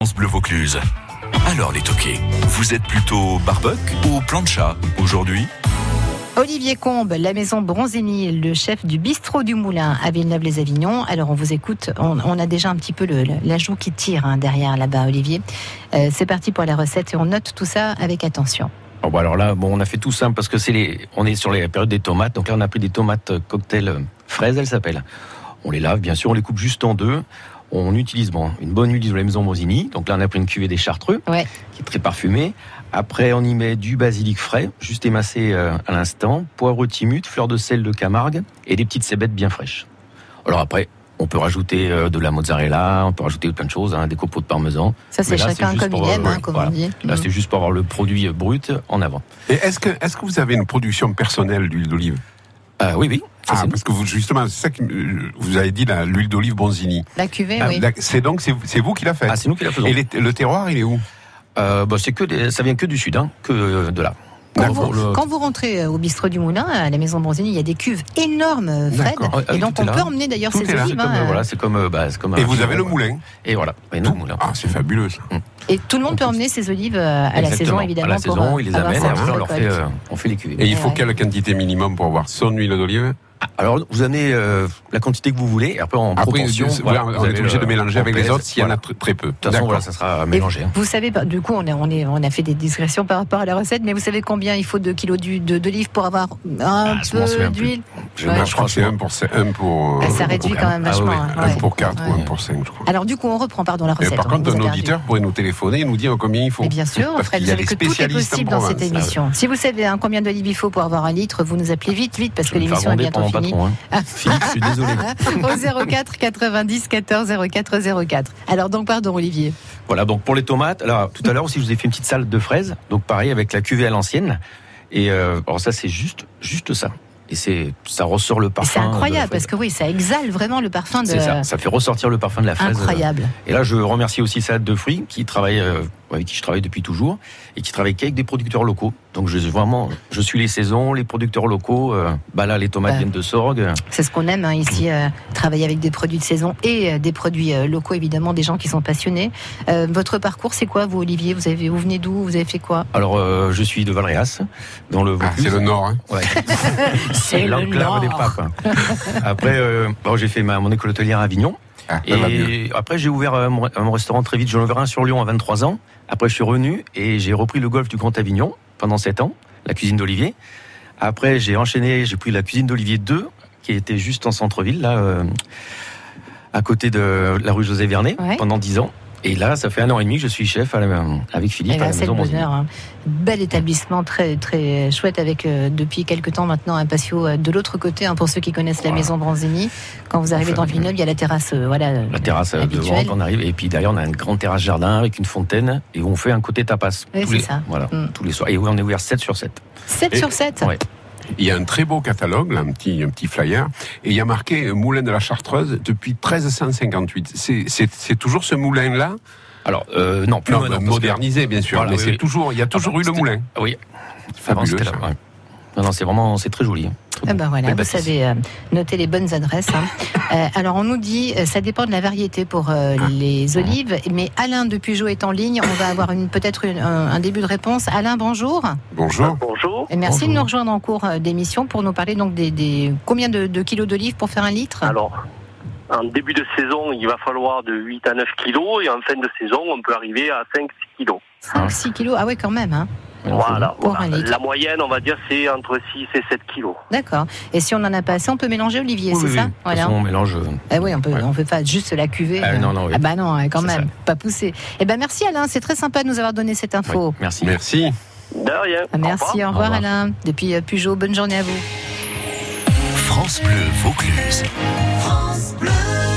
France Bleu Vaucluse. Alors les toqués, vous êtes plutôt barbecue ou plancha aujourd'hui ? Olivier Combe, la maison Bronzini, le chef du bistrot du Moulin à Villeneuve-les-Avignon. Alors on vous écoute, on a déjà un petit peu la joue qui tire derrière là-bas, Olivier. C'est parti pour la recette et on note tout ça avec attention. Alors là, on a fait tout simple parce que on est sur les périodes des tomates. Donc là, on a pris des tomates cocktail fraises, elles s'appellent. On les lave, bien sûr, on les coupe juste en deux. On utilise une bonne huile de la maison Bronzini. Donc là, on a pris une cuvée des Chartreux, qui est très parfumée. Après, on y met du basilic frais, juste émincé à l'instant, poivre timut, fleur de sel de Camargue et des petites cébettes bien fraîches. Alors après, on peut rajouter de la mozzarella, on peut rajouter plein de choses, des copeaux de parmesan. Ça, c'est chacun comme il aime, comme on dit. Là, c'est juste pour avoir le produit brut en avant. Et est-ce que vous avez une production personnelle d'huile d'olive ? Oui. Parce que justement, c'est ça que vous avez dit, l'huile d'olive Bronzini. La cuvée, oui. C'est vous qui la faites. C'est nous qui la faisons. Et le terroir, il est où ? Ça vient que du sud, que de là. Quand vous rentrez au bistrot du Moulin, à la maison Bronzini, il y a des cuves énormes, Fred. Et donc on peut emmener d'ailleurs ces olives. C'est comme et vous avez le moulin. Et voilà. C'est fabuleux ça. Et tout le monde peut emmener ses olives à la saison, évidemment. À la saison, ils les amènent et après on fait les cuvées. Et il faut quelle quantité minimum pour avoir son huile d'olive ? Alors, vous amenez la quantité que vous voulez, et après en proportion. On est obligé de mélanger avec les autres s'il y en a très peu. De toute façon, ça sera mélangé. Vous savez, du coup, on a fait des digressions par rapport à la recette, mais vous savez combien il faut de kilos d'olive pour avoir un peu d'huile ? Je crois que c'est 1 pour... Ça réduit quand même vachement. 1 pour 4 ou 1 pour 5, je crois. Alors du coup, on reprend la recette. Par contre, un auditeur pourrait nous téléphoner et nous dire combien il faut. Mais bien sûr, Fred, vous savez que tout est possible dans cette émission. Si vous savez combien d'olive il faut pour avoir un litre, vous nous appelez vite, parce que l'émission est bientôt finie. Philippe, je suis désolé. Au 04 90 14 04 04. Alors donc, pardon Olivier. Voilà, donc pour les tomates, alors tout à l'heure aussi je vous ai fait une petite salade de fraises, donc pareil avec la cuvée à l'ancienne. Et alors ça c'est juste ça. Et ça ressort le parfum. C'est incroyable parce que oui, ça exhale vraiment le parfum de. C'est ça fait ressortir le parfum de la fraise. Incroyable. Et là, je remercie aussi Salade de Fruits avec qui je travaille depuis toujours et qui travaille qu'avec des producteurs locaux. Donc je suis les saisons, les producteurs locaux. Là, les tomates viennent de Sorgues. C'est ce qu'on aime ici, travailler avec des produits de saison et des produits locaux, évidemment, des gens qui sont passionnés. Votre parcours, c'est quoi, vous, Olivier ? Vous venez d'où ? Vous avez fait quoi ? Alors, je suis de Valréas, dans le Vaucluse. C'est le Nord, hein. Ouais. C'est l'enclave des papes. Après, j'ai fait mon école hôtelière à Avignon. Et après, j'ai ouvert mon restaurant très vite. J'en ai ouvert un sur Lyon à 23 ans. Après, je suis revenu et j'ai repris le golf du Grand Avignon pendant 7 ans, la cuisine d'Olivier. Après, j'ai pris la cuisine d'Olivier 2, qui était juste en centre-ville, là, à côté de la rue José Vernet, pendant 10 ans. Et là, ça fait 1 an et demi que je suis chef avec Philippe à la maison Bronzini. Bel établissement, très très chouette, avec depuis quelques temps maintenant un patio de l'autre côté, pour ceux qui connaissent la maison Bronzini. Quand vous arrivez dans Villeneuve, il y a la terrasse, la terrasse devant quand on arrive, et puis derrière on a une grande terrasse jardin avec une fontaine, et on fait un côté tapas. Oui, c'est ça. Tous les soirs. Et on est ouvert 7 sur 7. 7 sur 7 ? Ouais. Il y a un très beau catalogue, là, un petit flyer, et il y a marqué Moulin de la Chartreuse depuis 1358. C'est toujours ce moulin-là ? Alors, non, plus modernisé, bien sûr, mais il y a toujours eu le moulin. Oui. Fabuleux. C'est très joli. Vous savez noter les bonnes adresses. Alors on nous dit, ça dépend de la variété pour les olives, mais Alain de Pujol est en ligne. On va avoir peut-être un début de réponse. Alain, bonjour. Bonjour. Bonjour. Et merci de nous rejoindre en cours d'émission pour nous parler donc des combien de kilos d'olives pour faire un litre. Alors, en début de saison, il va falloir de 8 à 9 kilos, et en fin de saison, on peut arriver à 5-6 kilos. 5-6 kilos, ah ouais, quand même, Voilà. Un litre. La moyenne, on va dire, c'est entre 6 et 7 kilos. D'accord. Et si on en a pas assez, on peut mélanger, Olivier, c'est ça ? Voilà. On mélange. On peut pas juste la cuvée. Non. Quand même, ça. Pas pousser. Merci Alain, c'est très sympa de nous avoir donné cette info. Oui, merci. De rien. Merci, au revoir Alain. Depuis Pujol, bonne journée à vous. France Bleu Vaucluse. France Bleu.